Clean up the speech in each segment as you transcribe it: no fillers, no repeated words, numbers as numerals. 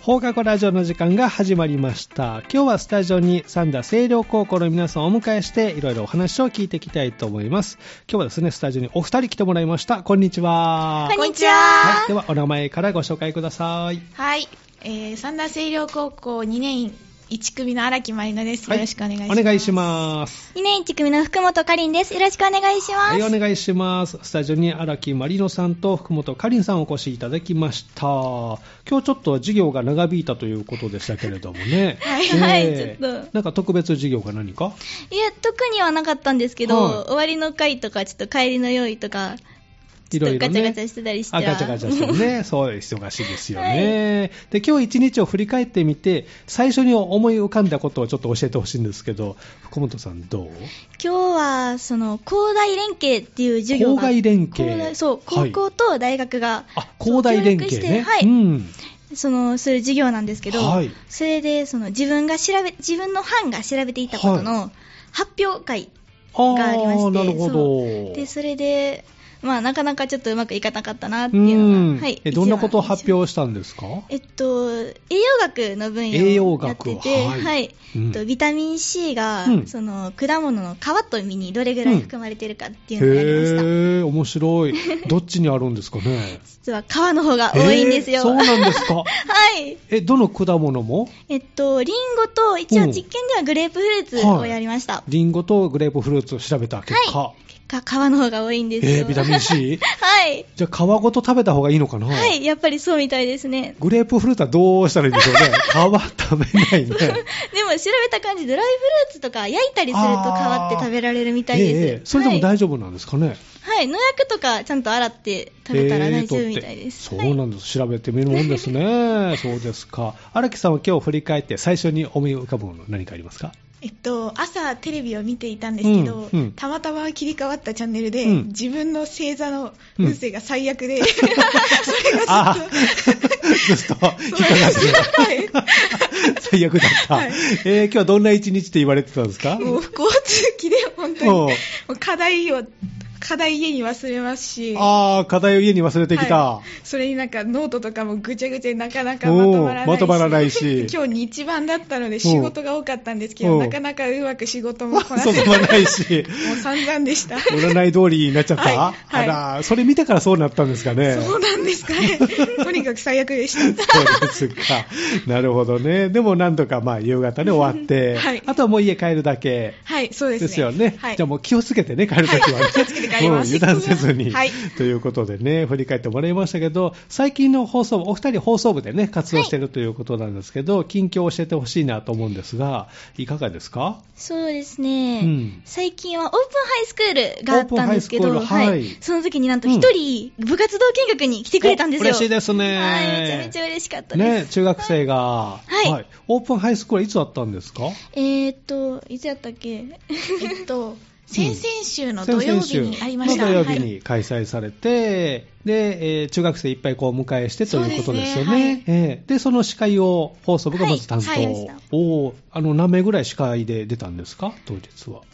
放課後ラジオの時間が始まりました。今日はスタジオに三田清涼高校の皆さんをお迎えしていろいろお話を聞いていきたいと思います。今日はですね、スタジオにお二人来てもらいました。こんにちは。 こんにちは。 はい、ではお名前からご紹介ください。 はい、三田清涼高校2年1組の荒木まりなです。よろしくお願いします。 はい、お願いします。 2年1組の福本かりんです。よろしくお願いします。 はい、お願いします。スタジオに荒木まりのさんと福本かりんさんお越しいただきました。今日ちょっと授業が長引いたということでしたけれどもね。 はい、はい、ちょっと。 なんか特別授業か何か？ いや、特にはなかったんですけど、はい、終わりの会とか、ちょっと帰りの用意とか、いろいろね、ガチャガチャしてたりして。 ガチャガチャしてね。そう、忙しいですよね。はい、で、今日一日を振り返ってみて、最初に思い浮かんだことをちょっと教えてほしいんですけど、福本さんどう？ 今日は、高大連携っていう授業が。 高大連携。 そう、高校と大学が。 はい、高大連携ね。 はい。うん。そういう授業なんですけど、はい、それで、自分の班が調べていたことの発表会がありまして。 なるほど。 で、それで、まあ、なかなかちょっとうまくいかなかったなっていうのが、はい。 どんなことを発表したんですか？ 栄養学の分野をやってて、はい。ビタミン C が、果物の皮と実にどれぐらい含まれているかっていうのをやりました。 面白い。どっちにあるんですかね？ 実は皮の方が多いんですよ。 そうなんですか？ はい。 どの果物も？ リンゴと、一応実験ではグレープフルーツをやりました。 リンゴとグレープフルーツを調べた結果。はい。 皮の方が多いんですよ。 ビタミン C？ はい。 じゃあ皮ごと食べた方がいいのかな？ はい、やっぱりそうみたいですね。 グレープフルーツはどうしたらいいんでしょうね。皮食べないね。 でも調べた感じ、ドライフルーツとか焼いたりすると皮って食べられるみたいです。 それでも大丈夫なんですかね？ はい、農薬とかちゃんと洗って食べたら大丈夫みたいです。 そうなんです。調べてみるもんですね。そうですか。荒木さんは今日振り返って最初に思い浮かぶもの何かありますか？ 朝テレビを見ていたんですけど、たまたま切り替わったチャンネルで、自分の星座の運勢が最悪で、それがずっと引っかかって最悪だった。はい、今日はどんな一日って言われてたんですか？ もう交通機で本当にもう課題家に忘れますし。 課題を家に忘れてきた。はい、 それになんかノートとかもぐちゃぐちゃになかなかまとまらないし。今日日番だったので仕事が多かったんですけど、なかなかうまく仕事もこなせないし。 もう散々でした。 占い通りになっちゃった、はい、あら、それ見てからそうなったんですかね。 そうなんですかね。とにかく最悪でした。 そうですか。なるほどね。でもなんとか夕方で終わって、はい、あとはもう家帰るだけ。 はい、そうですね。 ですよね。はい、じゃあもう気をつけてね、帰るときはね。 気をつけて帰ります。 油断せずに、はい、ということでね、振り返ってもらいましたけど、最近の放送部、お二人放送部でね、活動しているということなんですけど、近況を教えてほしいなと思うんですが、いかがですか？ そうですね、最近はオープンハイスクールがあったんですけど、はい、その時になんと一人、部活動見学に来てくれたんですよ。 嬉しいですね。 はい、めちゃめちゃ嬉しかったです。 ね、中学生が、 はい。 オープンハイスクールはいつあったんですか？ いつやったっけ？ 先々週の土曜日にありました。 土曜日に開催されて、で、中学生いっぱいこうお迎えしてということですよね。で、その司会を放送部がまず担当。何名ぐらい司会で出たんですか、当日は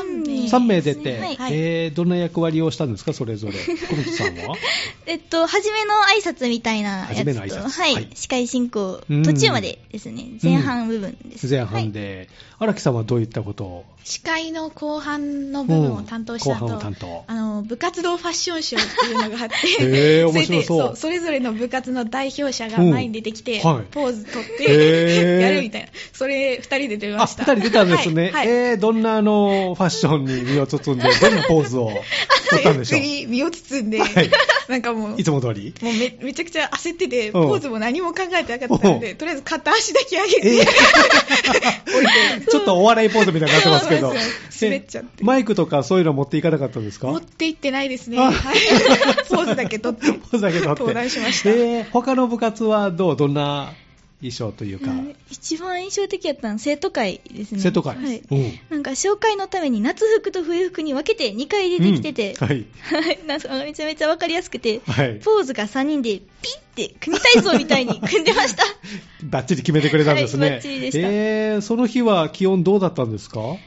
？3名出て、どんな役割をしたんですか、それぞれ。小本さんは初めの挨拶みたいなやつと、はい、司会進行、途中までですね、前半部分です。 前半で。荒木さんはどういったことを？ 司会の後半の部分を担当した後、部活動ファッションショーっていうのがあって、 面白そう。 それぞれの部活の代表者が前に出てきて、ポーズ取ってやるみたいな。それ2人で出ました。 2人出たんですね。どんなファッションに身を包んで、どんなポーズを取ったんでしょう？ 身を包んで、なんかもう、 いつも通りもうめちゃくちゃ焦ってて、ポーズも何も考えてなかったので、とりあえず片足だけ上げて、 ちょっとお笑いポーズみたいになってますけど、 滑っちゃって。 マイクとかそういうの持っていかなかったんですか？ 持って行ってないですね。ポーズだけ取って、登壇しました。 他の部活はどんな衣装というか、 一番印象的やったのは生徒会ですね。 生徒会、 はい、なんか紹介のために夏服と冬服に分けて2回出てきてて、はい、なんかめちゃめちゃ分かりやすくて、はい、ポーズが3人でピッて組体操みたいに組んでました。 バッチリ決めてくれたんですね。 バッチリでした。 その日は気温どうだったんですか？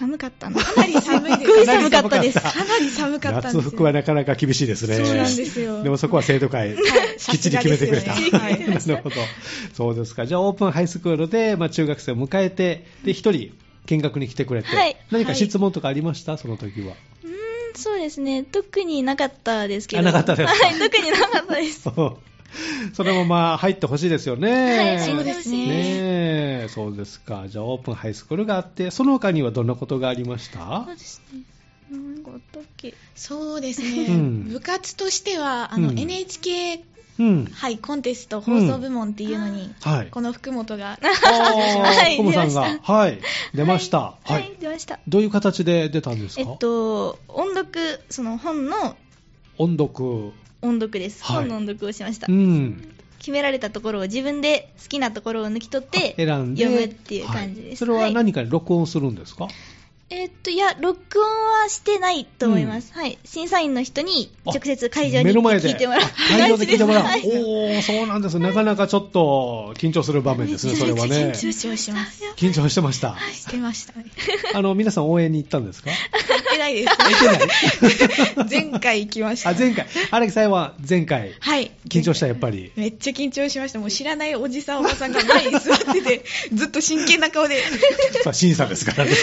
寒かったな。 かなり寒いです。 すごい寒かったです。 かなり寒かったんですよ。 夏服はなかなか厳しいですね。 そうなんですよ。 でもそこは生徒会、きっちり決めてくれた。はい、なるほど。そうですか。じゃあオープンハイスクールで、中学生を迎えて、で、一人見学に来てくれて、はい、何か質問とかありました？その時は。 そうですね。特になかったですけど。 なかったですか。 はい、特になかったです。 それも入ってほしいですよね。 はい、そうですね。 そうですか。じゃあオープンハイスクールがあって、その他にはどんなことがありました？ そうですね。何があったっけ？ そうですね。部活としてはNHKはい、コンテスト放送部門っていうのに、この福本が福本さんが、はい、出ました。 はい、出ました。 どういう形で出たんですか？ 音読、その本の音読です。本の音読をしました。決められたところを自分で好きなところを抜き取って読むっていう感じです。 それは何かに録音するんですか？ いや、録音はしてないと思います。はい。審査員の人に直接会場に聞いてもらう。 会場で聞いてもらう。そうなんです。なかなかちょっと緊張する場面ですね、それはね。 緊張します。 緊張してました。 してましたね。 皆さん応援に行ったんですか？ 行ってないです。行ってない。前回行きました。 前回。荒木さんは前回。 はい。緊張した、やっぱり。 めっちゃ緊張しました。もう知らないおじさんおばさんが前に座ってて、ずっと真剣な顔で。 審査ですからね。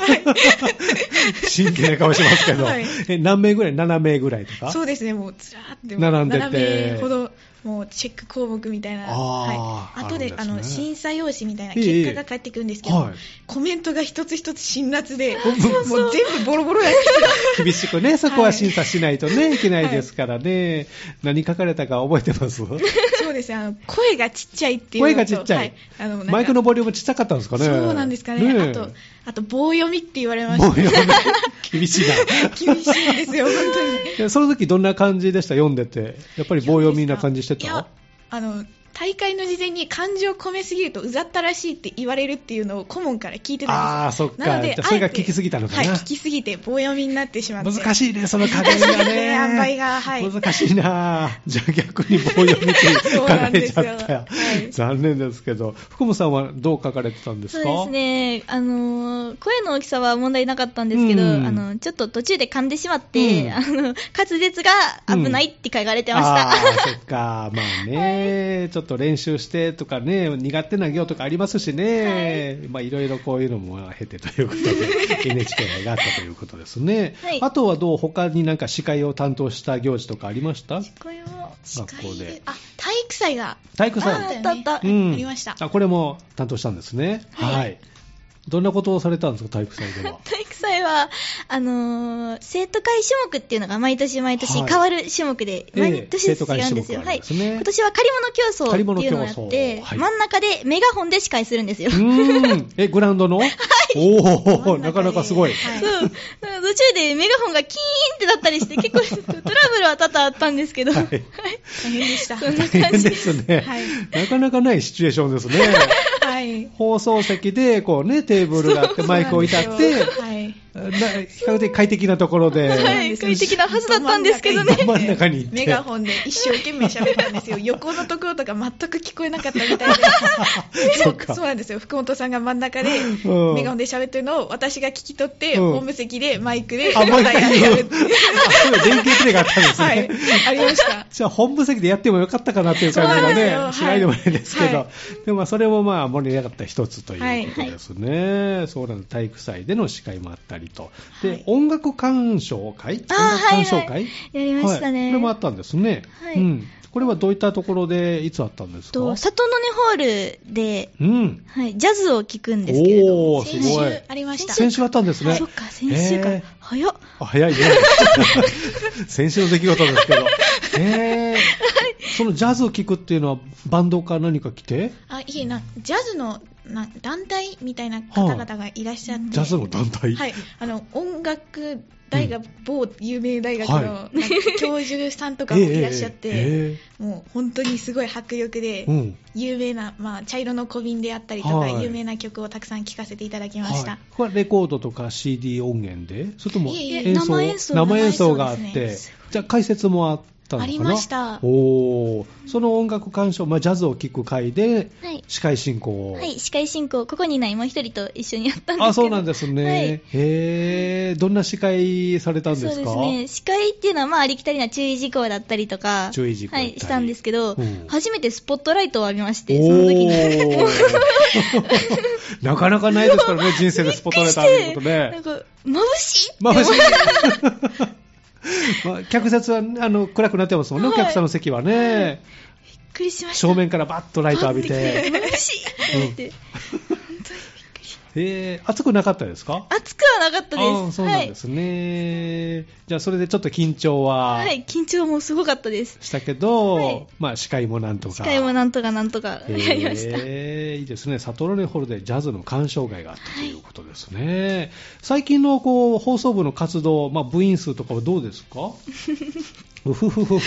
真剣な顔してますけど、何名ぐらい？7名ぐらいとか？ そうですね、もうずらーって並んでて、 7名ほどもうチェック項目みたいな、後で審査用紙みたいな結果が返ってくるんですけど、コメントが一つ一つ辛辣で、もう全部ボロボロなんですよ。 厳しくね、そこは審査しないとね、いけないですからね。何書かれたか覚えてます？ そうですね、声がちっちゃいっていうのと、 声がちっちゃい。マイクのボリュームちっちゃかったんですかね。 そうなんですかね。あと棒読みって言われました。棒読み厳しいな。 厳しいんですよ、本当に。 その時どんな感じでした？読んでて。やっぱり棒読みな感じしてた？ いや、大会の事前に漢字を込めすぎるとうざったらしいって言われるっていうのを顧問から聞いてたんですよ。 そっか。なので、それが聞きすぎたのかな。 はい、聞きすぎて棒読みになってしまって。 難しいね、その加減がね。 塩梅が、はい。 難しいな。じゃあ逆に棒読みって書かれちゃった。はい、残念ですけど、福本さんはどう書かれてたんですか？ そうですね。声の大きさは問題なかったんですけど、ちょっと途中で噛んでしまって、滑舌が危ないって書かれてました。 そっか。まあね、ちょっと練習してとかね、苦手な行とかありますしね、いろいろこういうのも経てということでNHK 杯があったということですね。あとは他になんか司会を担当した行事とかありました？ 司会は学校で。 体育祭が体育祭ありました。 これも担当したんですね。はい。どんなことをされたんですか、体育祭では？ 体育祭は、生徒会種目っていうのが毎年毎年変わる種目で、毎年違うんですよ。はい。今年は借り物競争っていうのをやって、真ん中でメガホンで司会するんですよ。 グラウンドの？はい。おー、なかなかすごい。 そう。途中でメガホンがキーンってなったりして、結構トラブルは多々あったんですけど。はい。 大変でした。 そんな感じですね。なかなかないシチュエーションですね。 はい。 放送席で、こうね、テーブルがあって、マイク置いてあって、比較的快適なところで、 快適なはずだったんですけどね。 真ん中に行ってメガホンで一生懸命喋ったんですよ。横のところとか全く聞こえなかったみたいで。そうなんですよ。福本さんが真ん中でメガホンで喋ってるのを私が聞き取って、ホーム席でマイクでやるっていう。 連携プレーがあったんですね。 はい、ありました。 じゃあ本部席でやってもよかったかなっていう感じがね、しないでもないですけど、でもそれも盛り上がった一つということですね。そうなんです。体育祭での司会もあったりと。で、音楽鑑賞会？音楽鑑賞会？ やりましたね。 これもあったんですね。これはどういったところでいつあったんですか？ 里の根ホールで、ジャズを聴くんですけれど、 先週ありました。 先週あったんですね。 そっか、先週か。早っ。 早いね。先週の出来事ですけど。そのジャズを聴くっていうのはバンドか何か来て？ ジャズの団体みたいな方々がいらっしゃって。 ジャズの団体？ はい。音楽大学、某有名大学の教授さんとかもいらっしゃって、もう本当にすごい迫力で、有名な、茶色の小瓶であったりとか、有名な曲をたくさん聴かせていただきました。 これはレコードとか CD 音源で？それとも生演奏があって、じゃあ解説もあったったのかな。 ありました。 おー、その音楽鑑賞、ジャズを聴く会で、司会進行を。 はい、司会進行、ここにないもう一人と一緒にやったんですけど。 あ、そうなんですね。はい、へー、どんな司会されたんですか？ そうですね、司会っていうのは、ありきたりな注意事項だったりとか、 注意事項、 はい、したんですけど、初めてスポットライトを浴びまして、その時に。 なかなかないですからね、人生でスポットライト浴びることね。 なんか、眩しい眩しい。客席は暗くなってますもんね、はい、お客さんの席はね。 びっくりしました。 正面からバッとライト浴びて。 眩しいって思って。 暑くなかったですか？ 暑くはなかったです。 そうなんですね。はい、じゃあそれでちょっと緊張は、 はい、緊張もすごかったです。 したけど、はい、司会もなんとか。 司会もなんとかやりました。 いいですね。サトロネホールでジャズの鑑賞会があったということですね。はい、最近の放送部の活動、部員数とかはどうですか？うふふふふ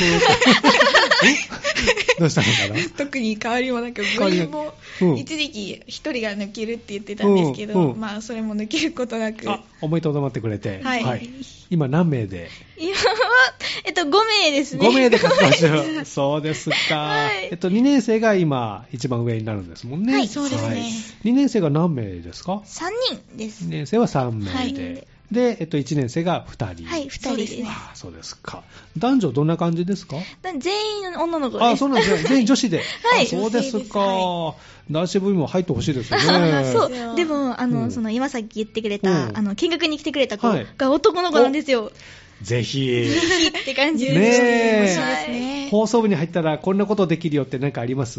どうしたのかな。 特に変わりもなく、部員も一時期一人が抜けるって言ってたんですけど、それも抜けることなく。 思いとどまってくれて。 はい。はい、 今何名で？ 今は、5名ですね。 5名で活動してる。そうですか。はい、2年生が今一番上になるんですもんね。 はい、そうですね。はい、 2年生が何名ですか ？3人です。 2年生は3名で。はいで、1年生が2人。 はい、2人です。 そうですか。男女どんな感じですか？ 全員女の子です。 そうなんですね。全員女子で。 はい。 そうですか。はい、男子部員も入ってほしいですよね。 そう。でも、今さっき言ってくれた、見学に来てくれた子が男の子なんですよ。 ぜひ。 って感じですね。放送部に入ったらこんなことできるよって何かあります？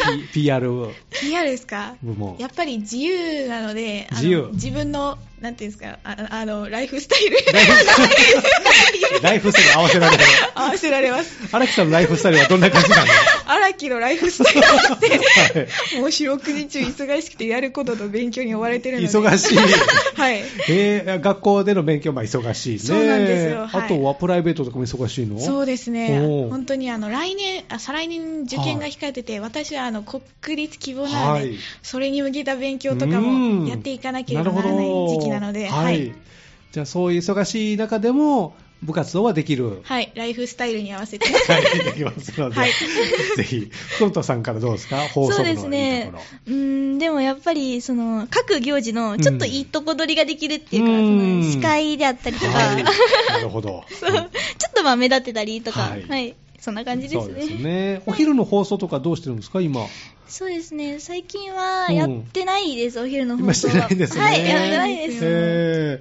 PR ですか？やっぱり自由なので、自分のなんていうんですか、ライフスタイルライフスタイル合わせられる。 合わせられます。 荒木さんのライフスタイルはどんな感じなの？ 荒木のライフスタイルって、はい、もう四六時中忙しくてやることと勉強に追われてるので。 忙しい。 はい。 学校での勉強も忙しいね。 そうなんですよ。 はい、あとはプライベートとかも忙しいの？ そうですね。本当に再来年受験が控えてて、私は国立希望なので、それに向けた勉強とかもやっていかなければならない時期なので、 はい。じゃあそういう忙しい中でも部活動はできる。 はい、ライフスタイルに合わせて。 はい、できますので、はい、ぜひ、福本さんからどうですか？放送部のいいところ。そうですね。でもやっぱり、各行事のちょっといいとこ取りができるっていうか、司会であったりとか。 はい、なるほど。 そう、ちょっと目立ってたりとか、はい。そんな感じですね。 そうですね。お昼の放送とかどうしてるんですか、今？ そうですね。最近はやってないです、お昼の放送は。 今してないですね。 はい、やってないです。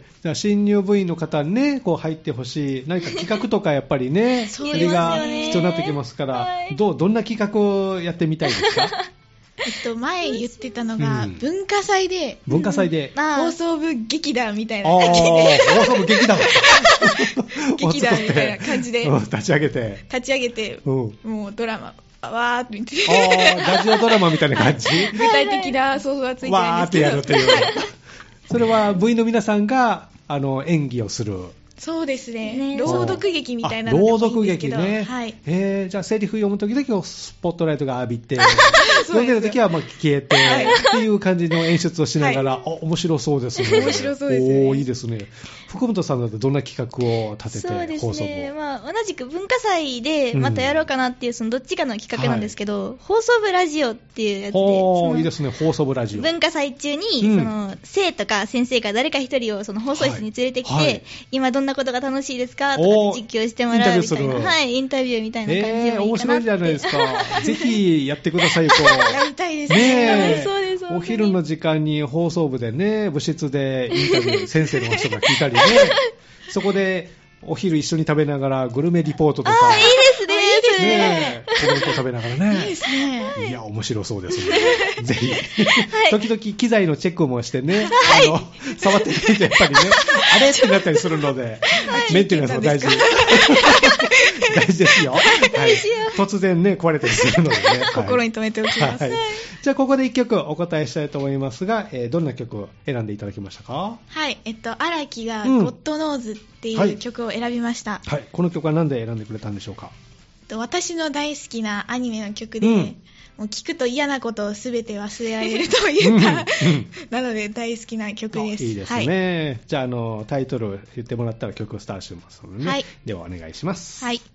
じゃあ新入部員の方にね、入ってほしい。何か企画とかやっぱりね、それが必要になってきますから、どんな企画をやってみたいですか？ 前言ってたのが、文化祭で、放送部劇団みたいな感じで。 放送部劇団劇団みたいな感じで。 立ち上げて、 もうドラマ。わーって言って。 ラジオドラマみたいな感じ？ 具体的な想像はついてないんですけど。 わーってやるという。それは部員の皆さんが演技をする。 そうですね。朗読劇みたいなのでもいいんですけど。朗読劇ね。 はい。じゃあセリフ読むときだけスポットライトが浴びて、読んでるときは消えて、っていう感じの演出をしながら、面白そうですね。 面白そうですね。 いいですね。福本さんだとどんな企画を立てて、 そうですね。同じく文化祭でまたやろうかなっていう、どっちかの企画なんですけど、放送部ラジオっていうやつで。 いいですね、放送部ラジオ。 文化祭中に、生とか先生か誰か一人を放送室に連れてきて、今どんなことが楽しいですかとか実況してもらうみたいな。はい、インタビューみたいな感じでもいいかなって。 面白いじゃないですか。ぜひやってくださいと。 やりたいですね。 そうです。 お昼の時間に放送部でね、部室でインタビュー、先生の人が聞いたりね、そこでお昼一緒に食べながらグルメリポートとか。 いいですね。 ね、コメント食べながらね。 いいですね。 いや、面白そうですね。ぜひ。時々機材のチェックもしてね、触ってみてやっぱりね、あれってなったりするので、メンテナンスも大事。大事ですよ。突然ね、壊れたりするのでね。 心に留めておきます。 じゃあ、ここで一曲お答えしたいと思いますが、どんな曲を選んでいただきましたか？ はい、荒木がゴッドノーズっていう曲を選びました。 はい。この曲は何で選んでくれたんでしょうか？ 私の大好きなアニメの曲で、もう聞くと嫌なことをすべて忘れられるというか、なので大好きな曲です。 いいですね。はい、じゃあ、タイトル言ってもらったら曲をスタートしますのでね。はい。ではお願いします。 はい。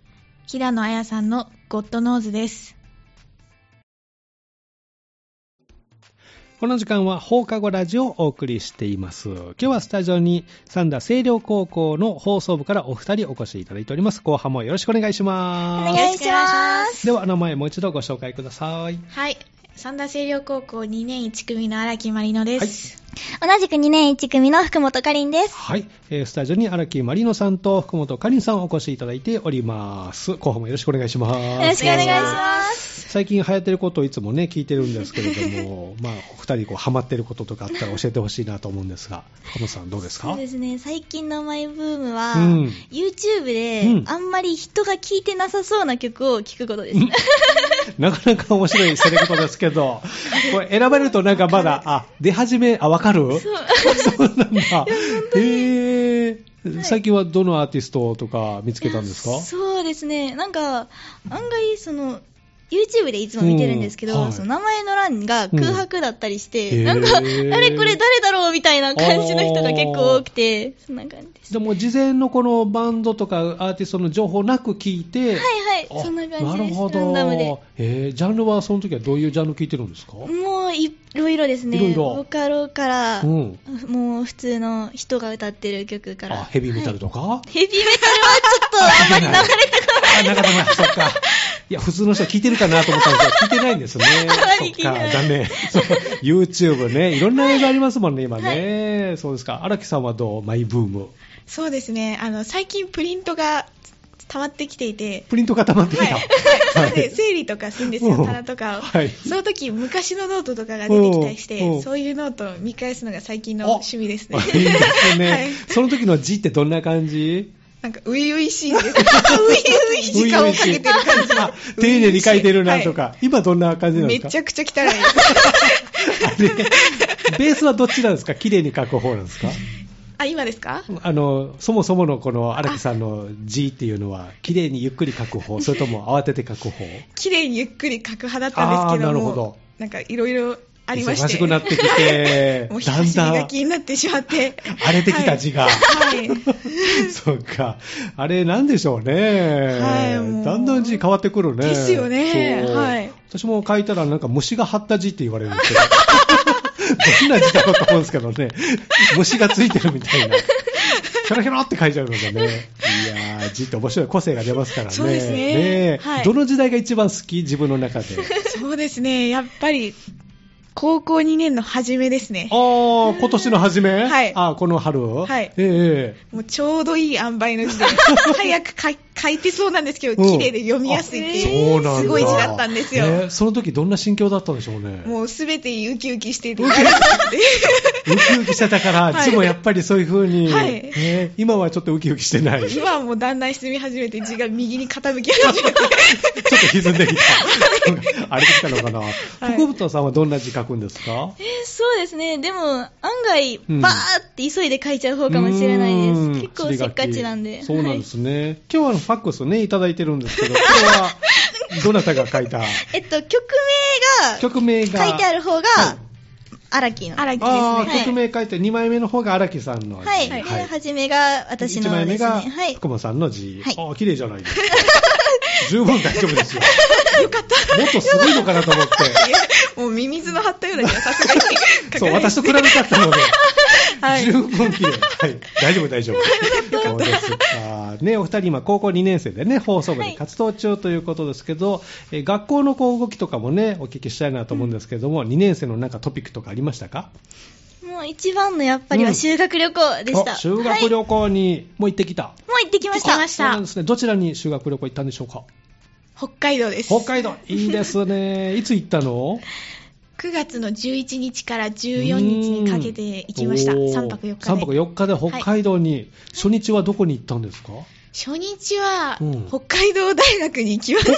平野綾さんのゴッドノーズです。 この時間は放課後ラジオをお送りしています。今日はスタジオに三田清涼高校の放送部からお二人お越しいただいております。後半もよろしくお願いします。 お願いします。 では名前もう一度ご紹介ください。 はい、三田清涼高校2年1組の荒木まりのです。 はい、同じく2年1組の福本かりんです。 はい、スタジオに荒木まりのさんと福本かりんさんをお越しいただいております。後半もよろしくお願いします。よろしくお願いします。 最近流行ってることをいつもね聞いてるんですけれどもお二人ハマってることとかあったら教えてほしいなと思うんですが、福本さんどうですか？ そうですね、最近のマイブームは、YouTube で、あんまり人が聴いてなさそうな曲を聴くことです。 なかなか面白いセレクトですけど、これ選ばれるとなんかまだ出始めわかる？そうなんだ。最近はどのアーティストとか見つけたんですか？ そうですね、なんか案外YouTube でいつも見てるんですけど、その名前の欄が空白だったりして、なんかあれこれ誰だろうみたいな感じの人が結構多くて、そんな感じです。 でも事前のこのバンドとかアーティストの情報なく聞いて、 そんな感じです。 なるほど。ランダムで。ジャンルはその時はどういうジャンル聞いてるんですか？ もういろいろですね。ボカロから、もう普通の人が歌ってる曲から。 ヘビーメタルとか？ ヘビーメタルはちょっとあんまり流れたかな。そっか。いや、普通の人は聞いてるかなと思ったんですけど、聞いてないんですね。そっか、残念。YouTube ね、いろんな映像ありますもんね、今ね。そうですか。荒木さんはどう？マイブーム。 そうですね。最近プリントが溜まってきていて。 プリントが溜まってきた。 それで整理とかするんですよ、棚とかを。その時、昔のノートとかが出てきたりして、そういうノートを見返すのが最近の趣味ですね。 いいですね。その時の字ってどんな感じ？ なんか、初々しいんです。初々しい時間をかけてる感じが。 丁寧に書いてるなとか。今どんな感じなんですか？ めちゃくちゃ汚いです。 ベースはどっちなんですか？綺麗に書く方なんですか？ 今ですか？ そもそものこの荒木さんの字っていうのは、綺麗にゆっくり書く方、それとも慌てて書く方？ 綺麗にゆっくり書く派だったんですけども、 なるほど。 なんかいろいろありまして。 忙しくなってきて、 もうだんだん。が気になってしまって。 荒れてきた字が。そうか。あれなんでしょうね。だんだん字変わってくるね。 ですよね。 私も書いたらなんか虫が張った字って言われるんですけど。どんな字だろうと思うんですけどね。虫がついてるみたいな。ひょろひょろって書いちゃうのでね。いやー、字って面白い個性が出ますからね。 そうですね。 どの時代が一番好き？自分の中で。 そうですね。やっぱり、高校2年の初めですね。 今年の初め？ はい。 この春？ はい。もうちょうどいい塩梅の字で、早く書いてそうなんですけど、綺麗で読みやすいっていう、すごい字だったんですよ。 その時どんな心境だったんでしょうね。 もうすべてウキウキしてて、 ウキウキしてたから、字もやっぱりそういう風に、今はちょっとウキウキしてない。 今はもうだんだん沈み始めて、字が右に傾き始めて。ちょっと歪んできた。荒れてきたのかな。福本さんはどんな字書くんですか？ そうですね。でも、案外、バーって急いで書いちゃう方かもしれないです。結構せっかちなんで。 そうなんですね。今日はファックスね、いただいてるんですけど、これは、どなたが書いた？ 曲名が書いてある方が、荒木の。 荒木ですね。 曲名書いて2枚目の方が荒木さんの字。 はい。初めが私のですね。 1枚目が福本さんの字。綺麗じゃないですか。十分大丈夫ですよ。 よかった。 もっとすごいのかなと思って。 もうミミズの張ったような字はさすがに。 そう、私と比べちゃったので。十分綺麗。はい。大丈夫、大丈夫。そうですか。ね、お二人今高校2年生でね、放送部で活動中ということですけど、学校の動きとかもね、お聞きしたいなと思うんですけども、2年生のなんかトピックとかありましたか？ もう一番のやっぱりは修学旅行でした。 修学旅行にもう行ってきた。 もう行ってきました。 そうなんですね。どちらに修学旅行行ったんでしょうか？ 北海道です。 北海道、いいですね。いつ行ったの ？9月の11日から14日にかけて行きました。3泊4日で。 3泊4日で北海道に、初日はどこに行ったんですか？ 初日は、北海道大学に行きまして、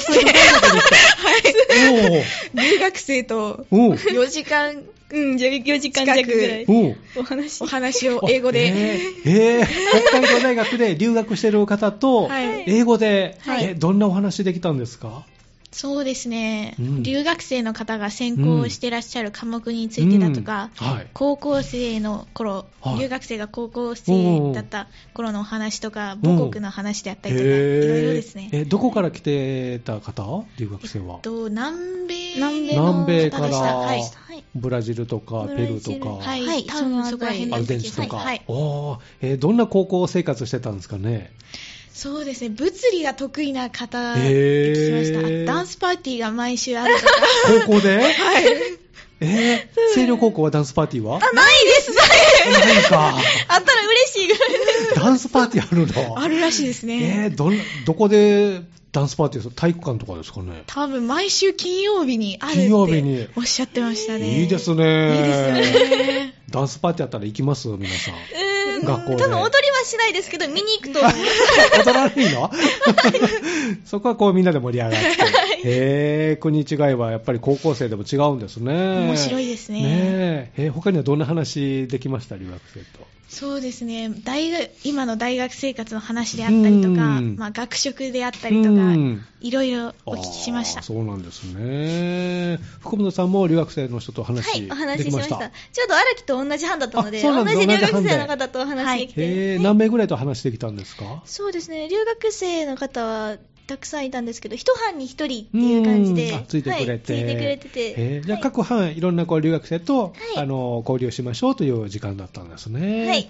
留学生と4時間、 4時間弱ぐらいお話を英語で。 北海道大学で留学してる方と、英語で、どんなお話できたんですか？ そうですね、留学生の方が専攻してらっしゃる科目についてだとか、高校生の頃、留学生が高校生だった頃のお話とか、母国の話であったりとか、いろいろですね。 どこから来てた方、留学生は？ 南米から、はい、ブラジルとかペルーとか、 はい、多分そこら辺アルゼンチンとか、どんな高校生活してたんですかね？ そうですね、物理が得意な方って聞きました。ダンスパーティーが毎週あるとか。 高校で？はい。星稜高校はダンスパーティーは？ないですね。 ないか。 あったら嬉しいぐらい。 ダンスパーティーあるの？ あるらしいですね。 どこでダンスパーティーですか？体育館とかですかね？ 多分毎週金曜日にあるっておっしゃってましたね。 いいですね。 いいですよね。 ダンスパーティーあったら行きます？皆さん。学校で。 多分踊りはしないですけど、見に行くと思う。 踊らないの？そこはこうみんなで盛り上がって。国違いはやっぱり高校生でも違うんですね。 面白いですね。 他にはどんな話できました？留学生と。 そうですね、今の大学生活の話であったりとか、学食であったりとか、いろいろお聞きしました。 そうなんですね。福本さんも留学生の人とお話しました。 ちょうど荒木と同じ班だったので、同じ留学生の方とお話できて、 何名ぐらいと話できたんですか？ そうですね、留学生の方はたくさんいたんですけど、一班に一人っていう感じでついてくれて、 ついてくれてて、 じゃあ各班いろんな留学生と、交流しましょうという時間だったんですね。はい、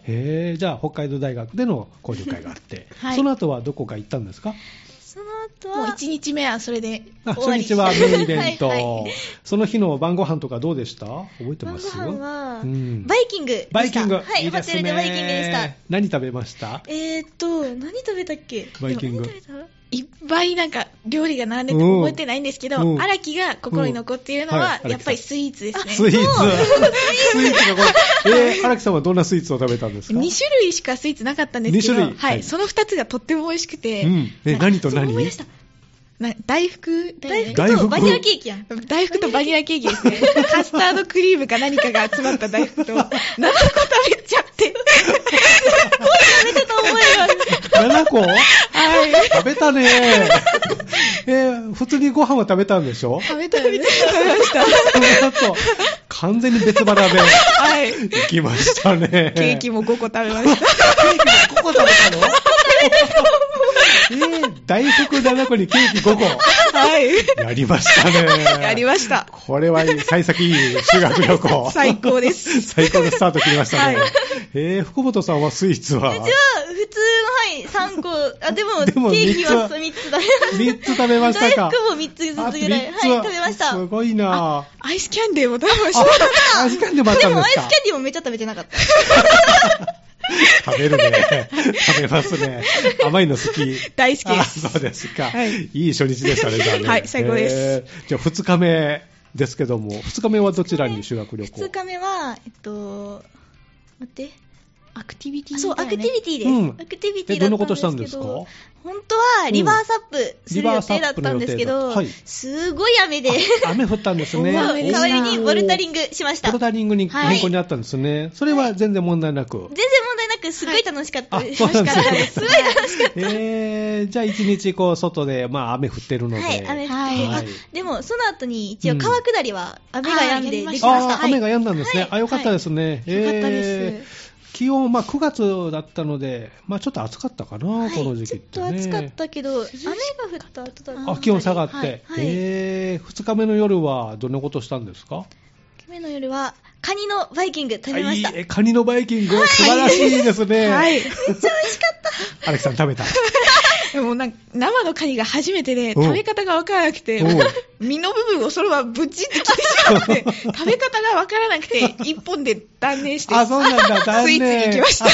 じゃあ北海道大学での交流会があって、その後はどこか行ったんですか？ その後はもう1日目はそれで初日はメインイベントその日の晩ご飯とかどうでした？覚えてます？ 晩ご飯は、バイキングでした。 バイキング、 はい、いいですね。ホテルでバイキングでした。 何食べました？ 何食べたっけ？ バイキングいっぱいなんか料理が並んでて覚えてないんですけど、荒木が心に残っているのはやっぱりスイーツですね。 スイーツが荒木さんはどんなスイーツを食べたんですか？ 2種類しかスイーツなかったんですけど、はい、その2つがとっても美味しくて、 何と何？ 大福とバニラケーキやん。 大福とバニラケーキですね。カスタードクリームか何かが集まった大福と7個食べちゃって。 食べたと思います。7個？ はい。 食べたね。普通にご飯は食べたんでしょ？ 食べました。 完全に別腹で、はい。行きましたね。 ケーキも5個食べました。 ケーキも5個食べたの？大福7個にケーキ5個。 はい。 やりましたね。 やりました。 これは幸先いい修学旅行。 最高です。 最高のスタート切りましたね。はい、福本さんはスイーツは？ うちは普通の、3個。でもケーキは3つだ。 3つ食べましたか？ 大福も3つずつぐらい。はい、食べました。 すごいな。 アイスキャンデーも食べました。 アイスキャンデーもあったんですか？ でもアイスキャンデーもめっちゃ食べてなかった。 食べるね。食べますね。甘いの好き？ 大好きです。 そうですか。いい初日でしたね、じゃあね。 はい、最高です。 じゃあ2日目ですけども、2日目はどちらに修学旅行？ 2日目は、待って。 アクティビティ、 そう、アクティビティです。アクティビティだったんですけど。 どんなことしたんですか？ 本当はリバーサップする予定だったんですけど、すごい雨で。 雨降ったんですね。 代わりにボルダリングしました。 ボルダリングに変更にあったんですね。それは全然問題なく。 全然問題なく、すごい楽しかったです。 そうなんですね。 すごい楽しかった。 じゃあ一日外で、雨降ってるので。 はい、雨降って。でも、その後に一応川下りは雨が止んでできました。 雨が止んだんですね。よかったですね。 よかったです。 気温、9月だったので、ちょっと暑かったかな、この時期ってね。 ちょっと暑かったけど、雨が降った後だった。 気温下がって。2日目の夜はどんなことしたんですか？ 2日目の夜は、カニのバイキング食べました。 カニのバイキング、素晴らしいですね。 はい。めっちゃ美味しかった。 荒木さん食べた？ でも生のカニが初めてで、食べ方がわからなくて、身の部分をそのままブチって切ってしまって、食べ方がわからなくて、一本で断念して、 そうなんだ、 スイーツに行きました。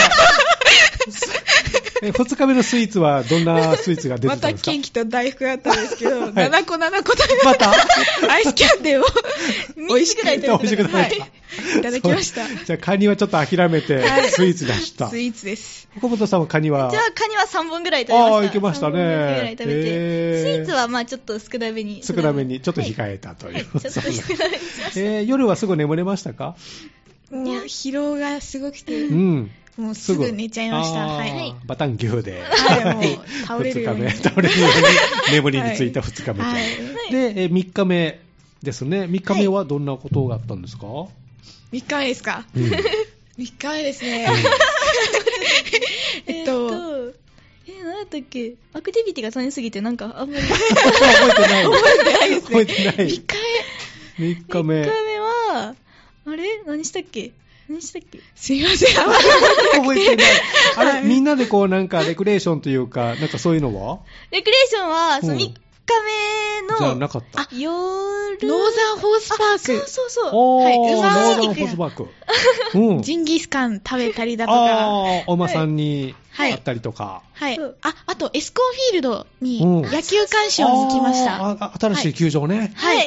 2日目のスイーツはどんなスイーツが出てたんですか？ またケーキと大福だったんですけど、7個食べままたアイスキャンデーを美味しくないと美味しくないいただきました。 じゃあカニはちょっと諦めてスイーツ出した。 スイーツです。 岡本さんはカニは？ じゃあカニは3本ぐらい食べました。 いけましたね。3本ぐらい食べて、 スイーツはちょっと少なめに。 少なめにちょっと控えたという。 ちょっと少なめにしました。 夜はすぐ眠れましたか？ もう疲労がすごくて。 もうすぐ寝ちゃいました。はい。 バタン牛で。 はい、もう倒れるように。 倒れるように眠りについた2日目と。はい、で、3日目ですね。3日目はどんなことがあったんですか？ 3 日目ですか、うん、3日目ですね。 何だったっけ？アクティビティが3すぎてなんかあんまり覚えてない。 覚えてないですね。 覚えてない。 3日目。 3日目は、あれ何したっけすいません。 覚えてない。あれ、みんなでこうなんかレクレーションというか、なんかそういうのは？ レクレーションは、3日目の、 じゃなかった。 夜、 ノーザンホースパーク。 そう。 はい、ノーザンホースパーク。 うん。ジンギスカン食べたりだとか。 お馬さんに会ったりとか。 はい。あと、エスコンフィールドに野球鑑賞に行きました。 新しい球場ね。 はい。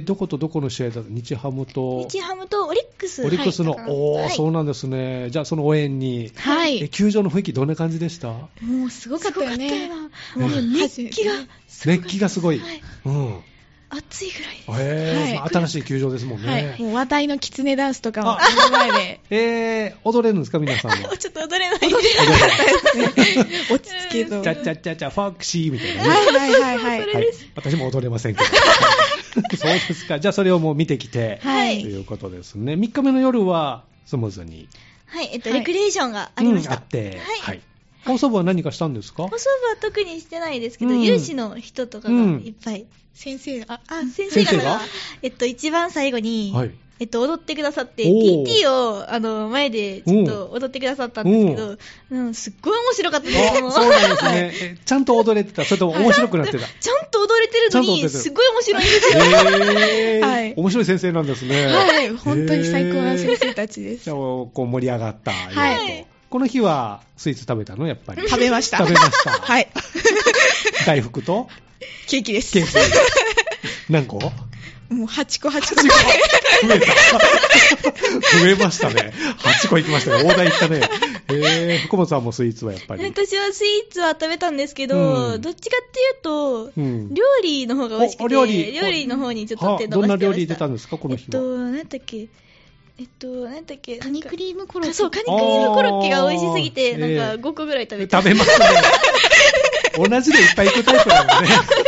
どことどこの試合だった日ハムとオリックス。 オリックスの、そうなんですね。じゃあその応援に。 はい。 球場の雰囲気どんな感じでした？ もうすごかったよね。 もう熱気がすごい。うん。 暑いぐらいです。 新しい球場ですもんね。はい。 もう話題のキツネダンスとかも目の前で。 踊れるんですか皆さんは？ ちょっと踊れない。 落ち着けと。 チャチャチャチャファクシーみたいなね。 はい。 私も踊れませんけど。そうですか。じゃあそれをもう見てきて、ということですね。3日目の夜はスムーズに。 はい。レクリエーションがありました。 あって、はい。放送部は何かしたんですか？ 放送部は特にしてないですけど、有志の人とかがいっぱい。 先生が一番最後に、踊ってくださって、TT を前でちょっと踊ってくださったんですけど、すっごい面白かったです。 そうなんですね。ちゃんと踊れてた？それとも面白くなってた？ ちゃんと踊れてるのに、すっごい面白いんですよ。 はい。 面白い先生なんですね。 はい。本当に最高な先生たちです。 じゃあ、こう盛り上がった。 はい。 この日はスイーツ食べたのやっぱり？ 食べました。 はい。大福と？ ケーキです。 ケーキ。何個？もう8個。増えましたね。8個行きましたね。大台行ったね。福本さんもスイーツはやっぱり？ 私はスイーツは食べたんですけど、どっちかっていうと、料理の方が美味しくて、料理の方にちょっと手伸ばしてました。 どんな料理出たんですかこの日は？ 何だっけカニクリームコロッケ。 そう、カニクリームコロッケが美味しすぎて、なんか5個ぐらい食べた。 食べますね。同じでいっぱい行くタイプなのね。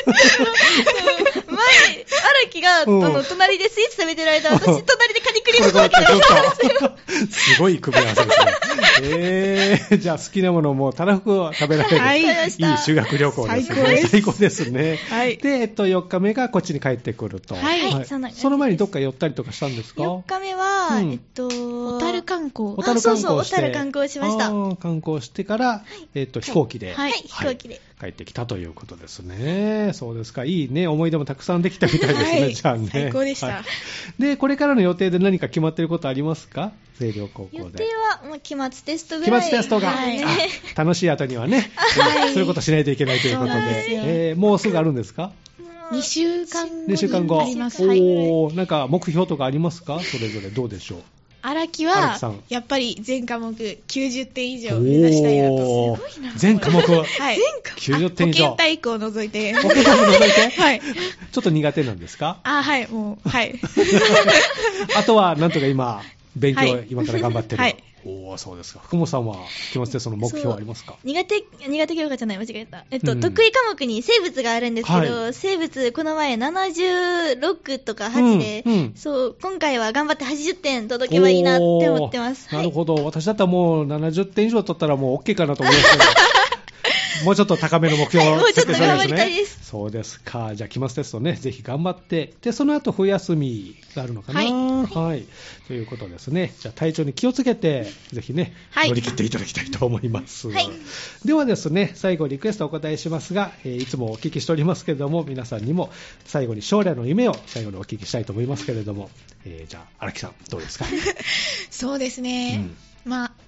前、荒木が、隣でスイーツ食べてる間、私隣でカニクリームコロッケ食べてたんですよ。 すごい組み合わせですね。じゃあ好きなものもたらふく食べられる。いい修学旅行ですね。最高ですね。 はい。 で、4日目がこっちに帰ってくると。 はい。 その前にどっか寄ったりとかしたんですか？ 4 日目は、 小樽観光。 小樽観光しました。 観光してから、飛行機で。 はい、飛行機で。 帰ってきたということですね。そうですか。いいね。思い出もたくさんできたみたいですね。じゃあね。 最高でした。 で、これからの予定で何か決まっていることありますか？星稜高校で。 予定は、もう期末テストぐらい。 期末テストが。楽しい後にはね、そういうことしないといけないということで。もうすぐあるんですか ？2週間後。 2週間後。 あります。 なんか目標とかありますか？それぞれどうでしょう？ 荒木はやっぱり全科目90点以上目指したいなと。すごいな。 全科目。 はい。 90点以上。 保健体育を除いて。 保健体育を除いて？ はい。 ちょっと苦手なんですか？ はい、もう、はい。 あとは、なんとか今、勉強、今から頑張ってる。 はい。 そうですか。福本さんは、期末テストの目標ありますか？ 苦手教科じゃない、間違えた。得意科目に生物があるんですけど、生物、この前76とか8で、そう、今回は頑張って80点届けばいいなって思ってます。 なるほど。私だったらもう70点以上取ったらもう OK かなと思いますけど。もうちょっと高めの目標を設定したいですね。もうちょっと頑張りたいです。そうですか。じゃあ、期末テストね、ぜひ頑張って、で、その後、冬休みがあるのかな。はい。ということですね。じゃあ、体調に気をつけて、ぜひね、乗り切っていただきたいと思います。はい。ではですね、最後リクエストお答えしますが、いつもお聞きしておりますけれども、皆さんにも最後に将来の夢を最後にお聞きしたいと思いますけれども、じゃあ、荒木さん、どうですか？ そうですね。まあ、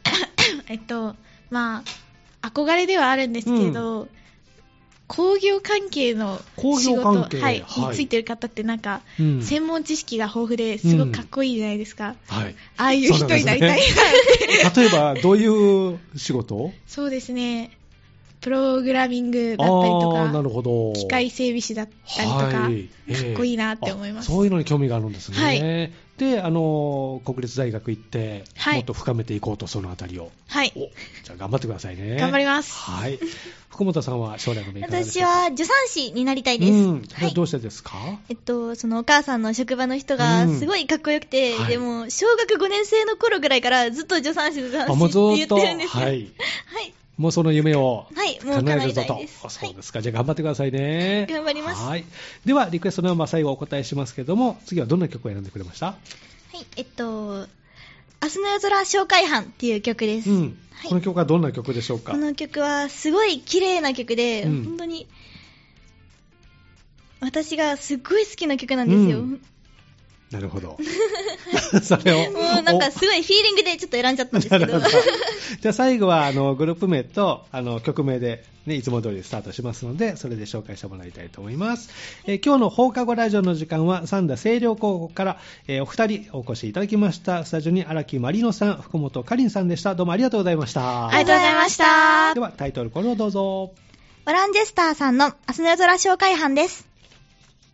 憧れではあるんですけど、工業関係の仕事、についてる方ってなんか、専門知識が豊富ですごくかっこいいじゃないですか。ああいう人になりたいなって。 例えば、どういう仕事？ そうですね。 プログラミングだったりとか、 なるほど、 機械整備士だったりとか、かっこいいなって思います。 そういうのに興味があるんですね。 はい、 で、国立大学行って、もっと深めていこうと、そのあたりを。 はい。 じゃあ頑張ってくださいね。 頑張ります。 はい。福本さんは将来の夢いかがでしょうか？ 私は助産師になりたいです。 それはどうしてですか？ そのお母さんの職場の人がすごいかっこよくて、でも、小学5年生の頃ぐらいからずっと助産師って言ってるんですよ。はい。 もうその夢を叶えるぞと。 そうですか。じゃあ頑張ってくださいね。 頑張ります。 はい。では、リクエストナンバー最後お答えしますけども、次はどんな曲を選んでくれました？はい。 明日の夜空紹介班っていう曲です。 この曲はどんな曲でしょうか？ この曲はすごい綺麗な曲で、本当に私がすっごい好きな曲なんですよ。 なるほど。それを。 もうなんかすごいフィーリングでちょっと選んじゃったんですけど。 じゃあ最後はグループ名と曲名で、ね、いつも通りスタートしますので、それで紹介してもらいたいと思います。今日の放課後ラジオの時間は三田清涼高校から、お二人お越しいただきました。スタジオに荒木まりのさん、福本かりんさんでした。どうもありがとうございました。 ありがとうございました。 ではタイトルコールをどうぞ。 オランジェスターさんの明日の夜空紹介班です。